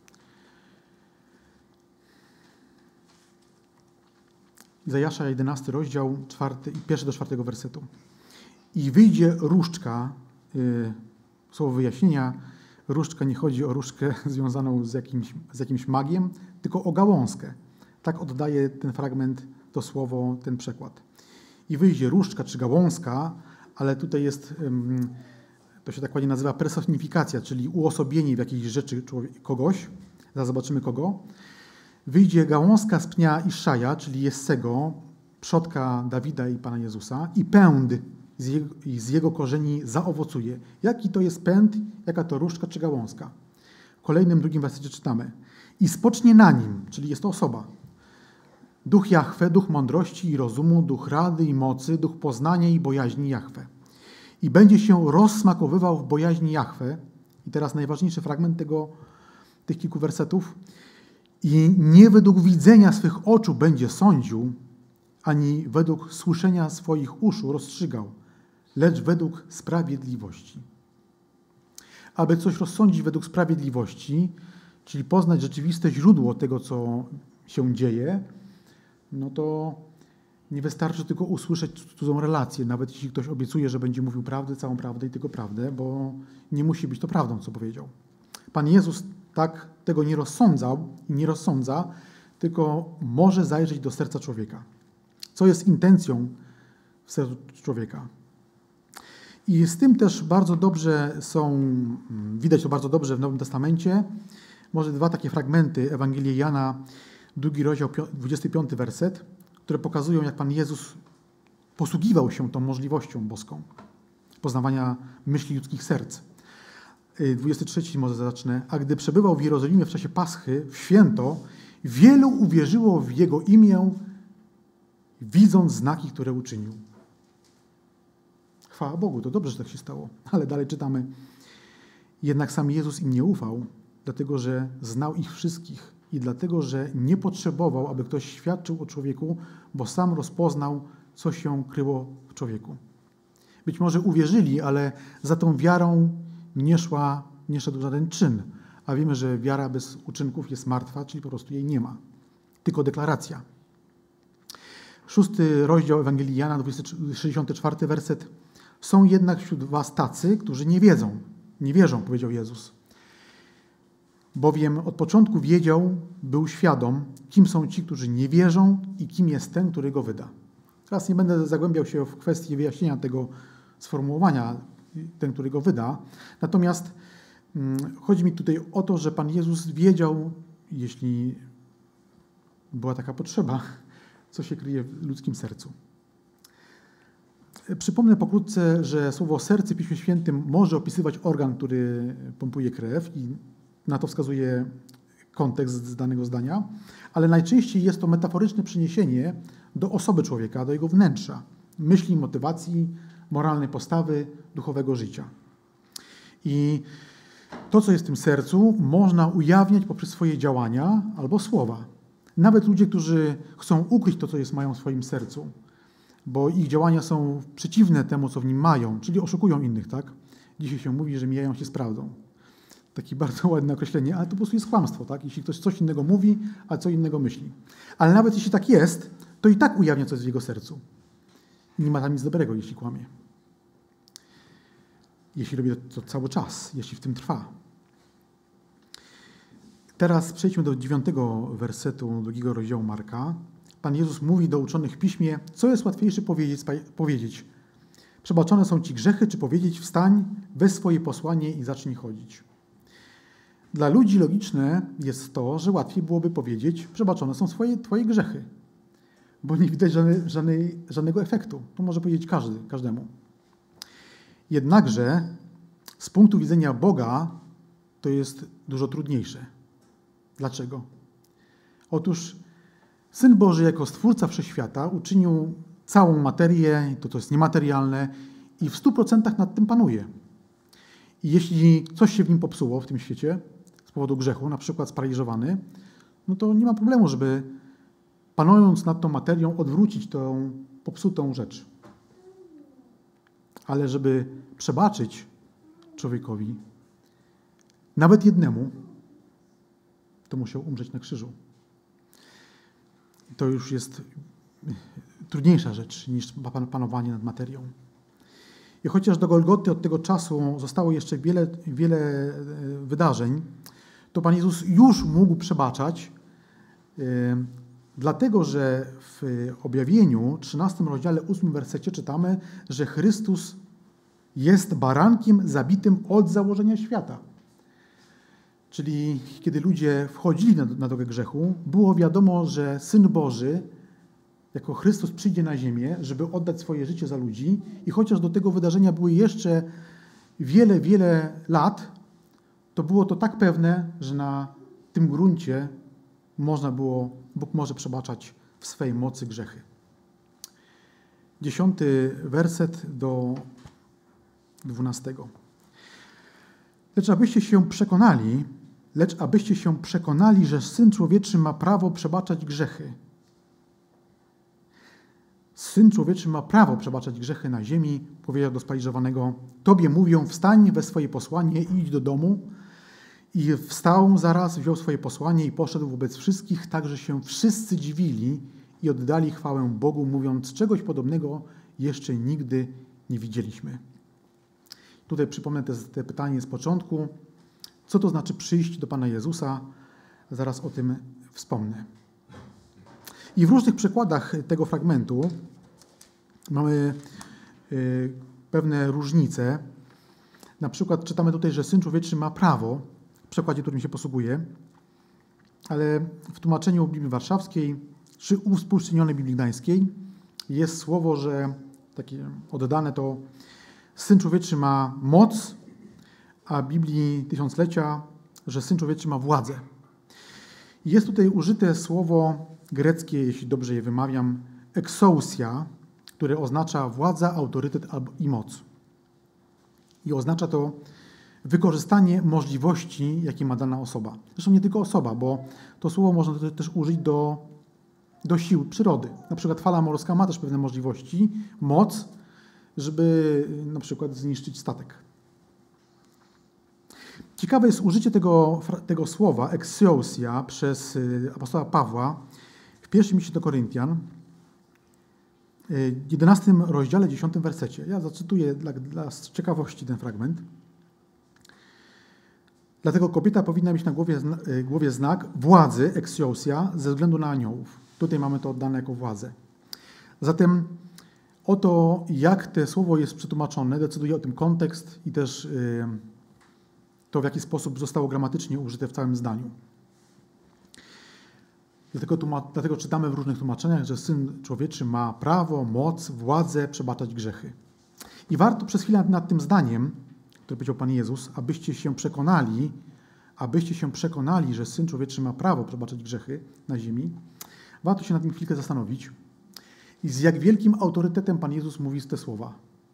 Izajasza, jedenasty rozdział, czwarty, pierwszy do czwartego wersetu. I wyjdzie różdżka, yy, słowo wyjaśnienia, różdżka nie chodzi o różdżkę związaną z jakimś, z jakimś magiem, tylko o gałązkę. Tak oddaje ten fragment, to słowo, ten przekład. I wyjdzie różdżka czy gałązka, ale tutaj jest, yy, to się tak ładnie nazywa personifikacja, czyli uosobienie w jakiejś rzeczy kogoś. Zaraz zobaczymy kogo. Wyjdzie gałązka z pnia Iszaja, czyli Jessego, przodka Dawida i Pana Jezusa, i pęd z jego, z jego korzeni zaowocuje. Jaki to jest pęd, jaka to różdżka czy gałązka? W kolejnym, drugim wersecie czytamy. I spocznie na nim, czyli jest to osoba, duch Jahwe, duch mądrości i rozumu, duch rady i mocy, duch poznania i bojaźni Jahwe. I będzie się rozsmakowywał w bojaźni Jahwe. I teraz najważniejszy fragment tego, tych kilku wersetów. I nie według widzenia swych oczu będzie sądził, ani według słyszenia swoich uszu rozstrzygał, lecz według sprawiedliwości. Aby coś rozsądzić według sprawiedliwości, czyli poznać rzeczywiste źródło tego, co się dzieje, no to nie wystarczy tylko usłyszeć cudzą relację, nawet jeśli ktoś obiecuje, że będzie mówił prawdę, całą prawdę i tylko prawdę, bo nie musi być to prawdą, co powiedział. Pan Jezus tak tego nie rozsądzał i nie rozsądza, tylko może zajrzeć do serca człowieka. Co jest intencją w sercu człowieka. I z tym też bardzo dobrze są, widać to bardzo dobrze w Nowym Testamencie. Może dwa takie fragmenty Ewangelii Jana, drugi rozdział, dwudziesty piąty werset, które pokazują, jak Pan Jezus posługiwał się tą możliwością boską poznawania myśli ludzkich serc. dwudziesty trzeci może zacznę. A gdy przebywał w Jerozolimie w czasie Paschy, w święto, wielu uwierzyło w Jego imię, widząc znaki, które uczynił. Chwała Bogu, to dobrze, że tak się stało. Ale dalej czytamy. Jednak sam Jezus im nie ufał, dlatego że znał ich wszystkich i dlatego, że nie potrzebował, aby ktoś świadczył o człowieku, bo sam rozpoznał, co się kryło w człowieku. Być może uwierzyli, ale za tą wiarą nie szła, nie szedł żaden czyn. A wiemy, że wiara bez uczynków jest martwa, czyli po prostu jej nie ma. Tylko deklaracja. Szósty rozdział Ewangelii Jana, sześćdziesiąty czwarty werset. Są jednak wśród was tacy, którzy nie wiedzą. Nie wierzą, powiedział Jezus. Bowiem od początku wiedział, był świadom, kim są ci, którzy nie wierzą i kim jest ten, który go wyda. Teraz nie będę zagłębiał się w kwestię wyjaśnienia tego sformułowania, ten, który go wyda. Natomiast hmm, chodzi mi tutaj o to, że Pan Jezus wiedział, jeśli była taka potrzeba, co się kryje w ludzkim sercu. Przypomnę pokrótce, że słowo serce w Piśmie Świętym może opisywać organ, który pompuje krew i na to wskazuje kontekst z danego zdania, ale najczęściej jest to metaforyczne przeniesienie do osoby człowieka, do jego wnętrza, myśli, motywacji, moralnej postawy, duchowego życia. I to, co jest w tym sercu, można ujawniać poprzez swoje działania albo słowa. Nawet ludzie, którzy chcą ukryć to, co jest, mają w swoim sercu, bo ich działania są przeciwne temu, co w nim mają, czyli oszukują innych, tak? Dzisiaj się mówi, że mijają się z prawdą. Takie bardzo ładne określenie, ale to po prostu jest kłamstwo, tak? Jeśli ktoś coś innego mówi, a co innego myśli. Ale nawet jeśli tak jest, to i tak ujawnia coś w jego sercu. Nie ma tam nic dobrego, jeśli kłamie. Jeśli robi to cały czas, jeśli w tym trwa. Teraz przejdźmy do dziewiątego wersetu drugiego rozdziału Marka. Pan Jezus mówi do uczonych w Piśmie, co jest łatwiejsze powiedzieć, powiedzieć. Przebaczone są ci grzechy, czy powiedzieć wstań, weź swoje posłanie i zacznij chodzić. Dla ludzi logiczne jest to, że łatwiej byłoby powiedzieć, przebaczone są swoje, twoje grzechy, bo nie widać żadnej, żadnej, żadnego efektu. To może powiedzieć każdy, każdemu. Jednakże z punktu widzenia Boga to jest dużo trudniejsze. Dlaczego? Otóż Syn Boży jako Stwórca Wszechświata uczynił całą materię, to to jest niematerialne i w stu procentach nad tym panuje. I jeśli coś się w nim popsuło w tym świecie z powodu grzechu, na przykład sparaliżowany, no to nie ma problemu, żeby panując nad tą materią odwrócić tą popsutą rzecz. Ale żeby przebaczyć człowiekowi, nawet jednemu, to musiał umrzeć na krzyżu. To już jest trudniejsza rzecz niż panowanie nad materią. I chociaż do Golgoty od tego czasu zostało jeszcze wiele, wiele wydarzeń, to Pan Jezus już mógł przebaczać, yy, dlatego że w objawieniu, trzynastym rozdziale, ósmym wersecie czytamy, że Chrystus jest barankiem zabitym od założenia świata. Czyli kiedy ludzie wchodzili na, na drogę grzechu, było wiadomo, że Syn Boży jako Chrystus przyjdzie na ziemię, żeby oddać swoje życie za ludzi i chociaż do tego wydarzenia były jeszcze wiele, wiele lat, to było to tak pewne, że na tym gruncie można było, Bóg może przebaczać w swej mocy grzechy. Dziesiąty werset do dwunastego. Lecz abyście się przekonali, lecz abyście się przekonali, że Syn Człowieczy ma prawo przebaczać grzechy. Syn Człowieczy ma prawo przebaczać grzechy na ziemi, powiedział do sparaliżowanego: Tobie mówią, wstań we swoje posłanie i idź do domu. I wstał zaraz, wziął swoje posłanie i poszedł wobec wszystkich, tak że się wszyscy dziwili i oddali chwałę Bogu, mówiąc: czegoś podobnego jeszcze nigdy nie widzieliśmy. Tutaj przypomnę te, te pytanie z początku. Co to znaczy przyjść do Pana Jezusa? Zaraz o tym wspomnę. I w różnych przekładach tego fragmentu mamy y, pewne różnice. Na przykład czytamy tutaj, że Syn Człowieczy ma prawo, w przekładzie, którym się posługuje, ale w tłumaczeniu Biblii Warszawskiej czy uwspółczynionej Biblii Gdańskiej jest słowo, że takie oddane to Syn Człowieczy ma moc, a w Biblii Tysiąclecia, że Syn Człowieczy ma władzę. Jest tutaj użyte słowo greckie, jeśli dobrze je wymawiam, exousia, które oznacza władza, autorytet i moc. I oznacza to wykorzystanie możliwości, jakie ma dana osoba. Zresztą nie tylko osoba, bo to słowo można też użyć do, do sił przyrody. Na przykład fala morska ma też pewne możliwości, moc, żeby na przykład zniszczyć statek. Ciekawe jest użycie tego, tego słowa exousia przez apostoła Pawła w pierwszym liście do Koryntian, w jedenastym rozdziale, dziesiątym wersecie. Ja zacytuję dla, dla ciekawości ten fragment. Dlatego kobieta powinna mieć na głowie, głowie znak władzy, exousia, ze względu na aniołów. Tutaj mamy to oddane jako władzę. Zatem oto, jak to słowo jest przetłumaczone, decyduje o tym kontekst i też yy, to, w jaki sposób zostało gramatycznie użyte w całym zdaniu. Dlatego, dlatego czytamy w różnych tłumaczeniach, że Syn Człowieczy ma prawo, moc, władzę przebaczać grzechy. I warto przez chwilę nad tym zdaniem, które powiedział Pan Jezus, abyście się przekonali, abyście się przekonali, że Syn Człowieczy ma prawo przebaczać grzechy na ziemi, warto się nad tym chwilkę zastanowić. I z jak wielkim autorytetem Pan Jezus mówi te słowa.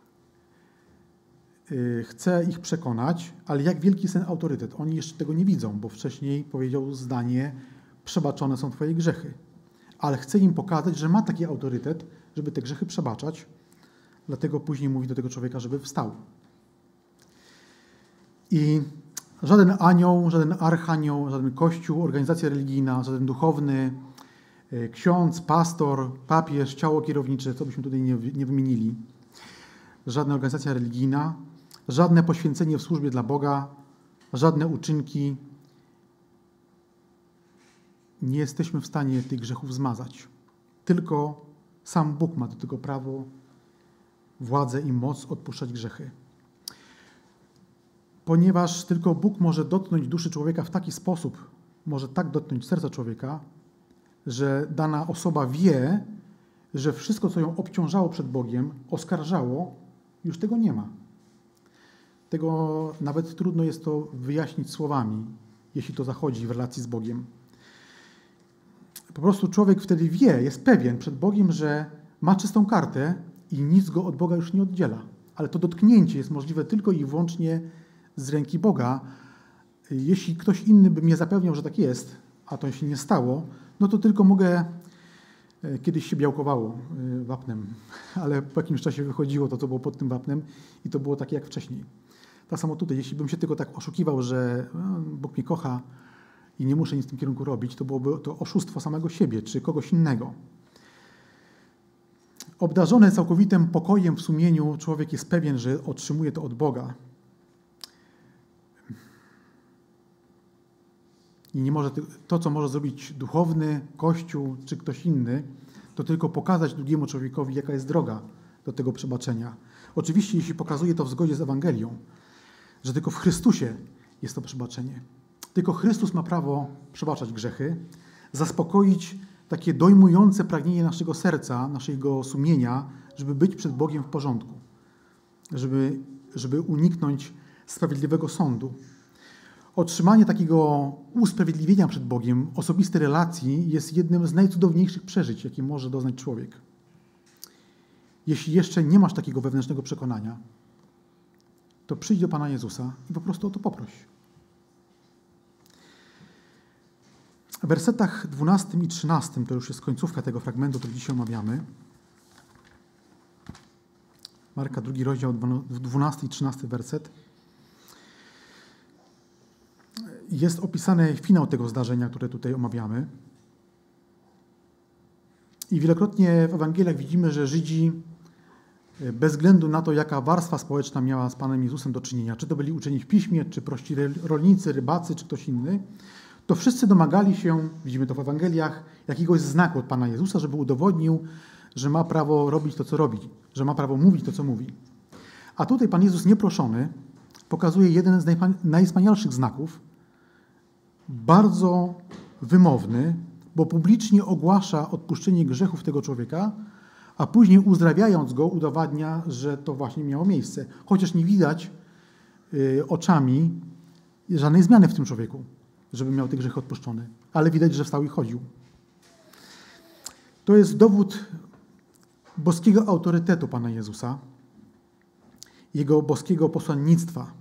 Chce ich przekonać, ale jak wielki jest ten autorytet? Oni jeszcze tego nie widzą, bo wcześniej powiedział zdanie: przebaczone są Twoje grzechy. Ale chce im pokazać, że ma taki autorytet, żeby te grzechy przebaczać. Dlatego później mówi do tego człowieka, żeby wstał. I żaden anioł, żaden archanioł, żaden kościół, organizacja religijna, żaden duchowny, ksiądz, pastor, papież, ciało kierownicze, co byśmy tutaj nie, nie wymienili, żadna organizacja religijna, żadne poświęcenie w służbie dla Boga, żadne uczynki. Nie jesteśmy w stanie tych grzechów zmazać. Tylko sam Bóg ma do tego prawo, władzę i moc odpuszczać grzechy. Ponieważ tylko Bóg może dotknąć duszy człowieka w taki sposób, może tak dotknąć serca człowieka, że dana osoba wie, że wszystko, co ją obciążało przed Bogiem, oskarżało, już tego nie ma. Tego nawet trudno jest to wyjaśnić słowami, jeśli to zachodzi w relacji z Bogiem. Po prostu człowiek wtedy wie, jest pewien przed Bogiem, że ma czystą kartę i nic go od Boga już nie oddziela. Ale to dotknięcie jest możliwe tylko i wyłącznie z ręki Boga. Jeśli ktoś inny by mnie zapewniał, że tak jest, a to się nie stało, no to tylko mogę, kiedyś się białkowało wapnem, ale po jakimś czasie wychodziło to, co było pod tym wapnem i to było takie jak wcześniej. Tak samo tutaj, jeśli bym się tylko tak oszukiwał, że no, Bóg mnie kocha i nie muszę nic w tym kierunku robić, to byłoby to oszustwo samego siebie czy kogoś innego. Obdarzony całkowitym pokojem w sumieniu, człowiek jest pewien, że otrzymuje to od Boga. I nie może to, co może zrobić duchowny, Kościół czy ktoś inny, to tylko pokazać drugiemu człowiekowi, jaka jest droga do tego przebaczenia. Oczywiście, jeśli pokazuje to w zgodzie z Ewangelią, że tylko w Chrystusie jest to przebaczenie. Tylko Chrystus ma prawo przebaczać grzechy, zaspokoić takie dojmujące pragnienie naszego serca, naszego sumienia, żeby być przed Bogiem w porządku, żeby, żeby uniknąć sprawiedliwego sądu. Otrzymanie takiego usprawiedliwienia przed Bogiem, osobistej relacji jest jednym z najcudowniejszych przeżyć, jakie może doznać człowiek. Jeśli jeszcze nie masz takiego wewnętrznego przekonania, to przyjdź do Pana Jezusa i po prostu o to poproś. W wersetach dwunastym i trzynastym, to już jest końcówka tego fragmentu, który dzisiaj omawiamy. Marka, drugi rozdział, dwunasty i trzynasty werset. Jest opisany finał tego zdarzenia, które tutaj omawiamy. I wielokrotnie w Ewangeliach widzimy, że Żydzi, bez względu na to, jaka warstwa społeczna miała z Panem Jezusem do czynienia, czy to byli uczeni w piśmie, czy prości rolnicy, rybacy, czy ktoś inny, to wszyscy domagali się, widzimy to w Ewangeliach, jakiegoś znaku od Pana Jezusa, żeby udowodnił, że ma prawo robić to, co robi, że ma prawo mówić to, co mówi. A tutaj Pan Jezus nieproszony pokazuje jeden z najwspanialszych znaków, bardzo wymowny, bo publicznie ogłasza odpuszczenie grzechów tego człowieka, a później uzdrawiając go udowadnia, że to właśnie miało miejsce. Chociaż nie widać y, oczami żadnej zmiany w tym człowieku, żeby miał te grzechy odpuszczone. Ale widać, że wstał i chodził. To jest dowód boskiego autorytetu Pana Jezusa, Jego boskiego posłannictwa.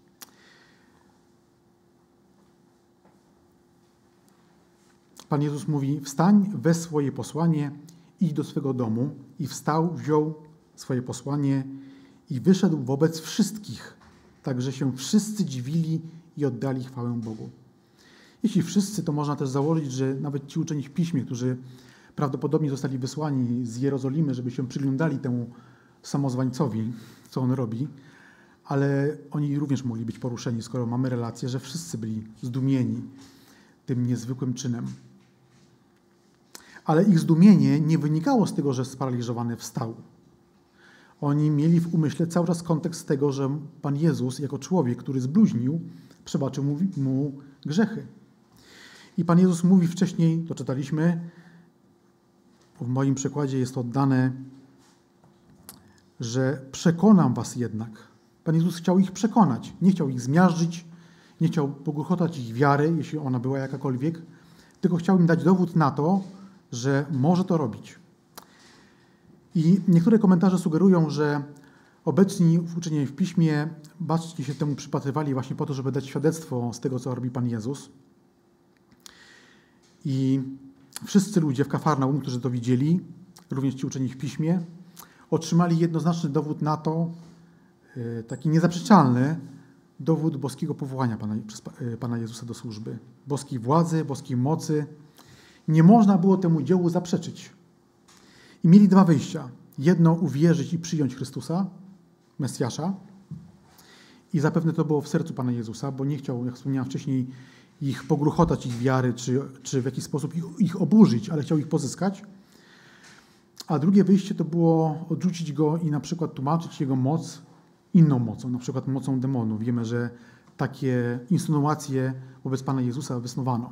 Pan Jezus mówi, wstań, weź swoje posłanie, idź do swego domu. I wstał, wziął swoje posłanie i wyszedł wobec wszystkich, tak że się wszyscy dziwili i oddali chwałę Bogu. Jeśli wszyscy, to można też założyć, że nawet ci uczeni w Piśmie, którzy prawdopodobnie zostali wysłani z Jerozolimy, żeby się przyglądali temu samozwańcowi, co on robi, ale oni również mogli być poruszeni, skoro mamy relację, że wszyscy byli zdumieni tym niezwykłym czynem. Ale ich zdumienie nie wynikało z tego, że sparaliżowany wstał. Oni mieli w umyśle cały czas kontekst tego, że Pan Jezus jako człowiek, który zbluźnił, przebaczył mu, mu grzechy. I Pan Jezus mówi wcześniej, to czytaliśmy, w moim przekładzie jest to oddane, że przekonam was jednak. Pan Jezus chciał ich przekonać, nie chciał ich zmiażdżyć, nie chciał pogruchotać ich wiary, jeśli ona była jakakolwiek, tylko chciał im dać dowód na to, że może to robić. I niektóre komentarze sugerują, że obecni uczeni w Piśmie bacznie się temu przypatrywali właśnie po to, żeby dać świadectwo z tego, co robi Pan Jezus. I wszyscy ludzie w Kafarnaum, którzy to widzieli, również ci uczeni w Piśmie, otrzymali jednoznaczny dowód na to, taki niezaprzeczalny dowód boskiego powołania Pana, przez Pana Jezusa do służby. Boskiej władzy, boskiej mocy. Nie można było temu dziełu zaprzeczyć. I mieli dwa wyjścia. Jedno uwierzyć i przyjąć Chrystusa, Mesjasza. I zapewne to było w sercu Pana Jezusa, bo nie chciał, jak wspomniałem wcześniej, ich pogruchotać, ich wiary, czy, czy w jakiś sposób ich, ich oburzyć, ale chciał ich pozyskać. A drugie wyjście to było odrzucić go i na przykład tłumaczyć jego moc inną mocą, na przykład mocą demonu. Wiemy, że takie insynuacje wobec Pana Jezusa wysnuwano.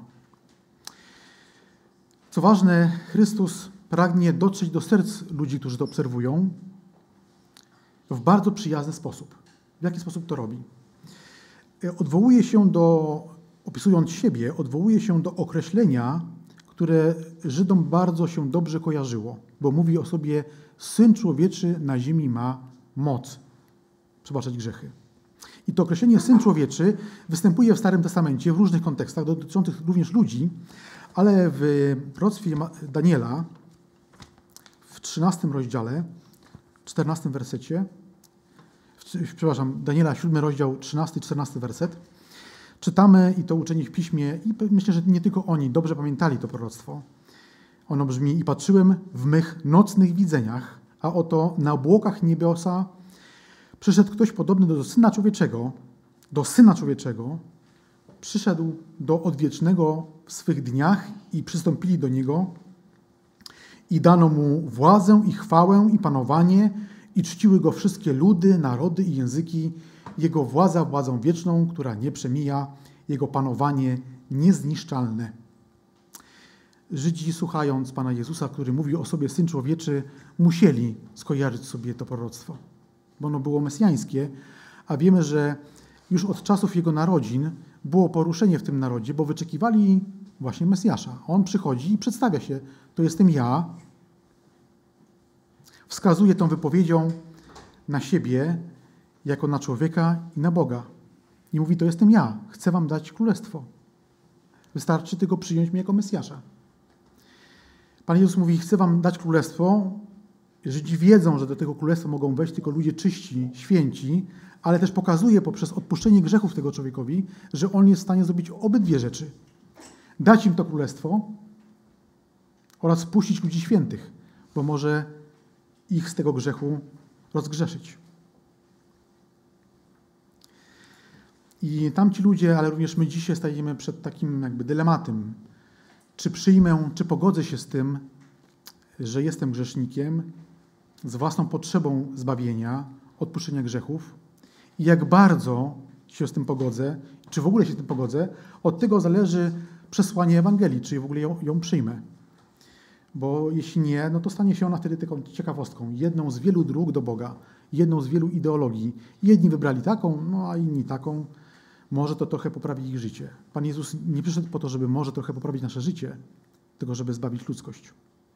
Co ważne, Chrystus pragnie dotrzeć do serc ludzi, którzy to obserwują, w bardzo przyjazny sposób. W jaki sposób to robi? Odwołuje się do, opisując siebie, odwołuje się do określenia, które Żydom bardzo się dobrze kojarzyło, bo mówi o sobie, Syn Człowieczy na ziemi ma moc przebaczać grzechy. I to określenie Syn Człowieczy występuje w Starym Testamencie w różnych kontekstach, dotyczących również ludzi, ale w proroctwie Daniela w trzynastym rozdziale, czternastym wersecie, w, przepraszam, Daniela siódmy rozdział, trzynasty i czternasty werset, czytamy, i to uczeni w Piśmie, i myślę, że nie tylko oni dobrze pamiętali to proroctwo. Ono brzmi: i patrzyłem w mych nocnych widzeniach, a oto na obłokach niebiosa przyszedł ktoś podobny do Syna Człowieczego, do Syna Człowieczego, przyszedł do Odwiecznego w swych dniach i przystąpili do Niego i dano Mu władzę i chwałę i panowanie i czciły Go wszystkie ludy, narody i języki. Jego władza władzą wieczną, która nie przemija, Jego panowanie niezniszczalne. Żydzi, słuchając Pana Jezusa, który mówi o sobie Syn Człowieczy, musieli skojarzyć sobie to proroctwo, bo ono było mesjańskie, a wiemy, że już od czasów Jego narodzin było poruszenie w tym narodzie, bo wyczekiwali właśnie Mesjasza. On przychodzi i przedstawia się: to jestem ja. Wskazuje tą wypowiedzią na siebie jako na człowieka i na Boga. I mówi: to jestem ja, chcę wam dać królestwo. Wystarczy tylko przyjąć mnie jako Mesjasza. Pan Jezus mówi: chcę wam dać królestwo. Żydzi wiedzą, że do tego królestwa mogą wejść tylko ludzie czyści, święci, ale też pokazuje poprzez odpuszczenie grzechów tego człowiekowi, że on jest w stanie zrobić obydwie rzeczy. Dać im to królestwo oraz spuścić ludzi świętych, bo może ich z tego grzechu rozgrzeszyć. I tamci ludzie, ale również my dzisiaj stajemy przed takim jakby dylematem. Czy przyjmę, czy pogodzę się z tym, że jestem grzesznikiem, z własną potrzebą zbawienia, odpuszczenia grzechów, i jak bardzo się z tym pogodzę, czy w ogóle się z tym pogodzę, od tego zależy przesłanie Ewangelii, czy w ogóle ją, ją przyjmę. Bo jeśli nie, no to stanie się ona wtedy taką ciekawostką, jedną z wielu dróg do Boga, jedną z wielu ideologii. Jedni wybrali taką, no a inni taką. Może to trochę poprawi ich życie. Pan Jezus nie przyszedł po to, żeby może trochę poprawić nasze życie, tylko żeby zbawić ludzkość.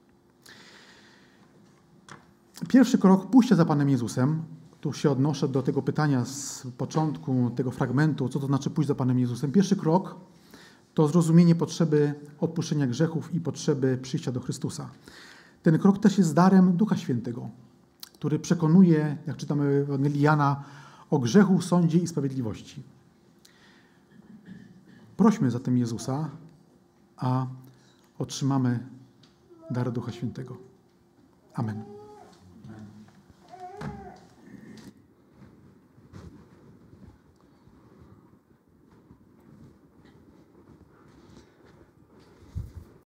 Pierwszy krok pójścia za Panem Jezusem, tu się odnoszę do tego pytania z początku tego fragmentu, co to znaczy pójść za Panem Jezusem. Pierwszy krok to zrozumienie potrzeby odpuszczenia grzechów i potrzeby przyjścia do Chrystusa. Ten krok też jest darem Ducha Świętego, który przekonuje, jak czytamy w Ewangelii Jana, o grzechu, sądzie i sprawiedliwości. Prośmy zatem Jezusa, a otrzymamy dar Ducha Świętego. Amen.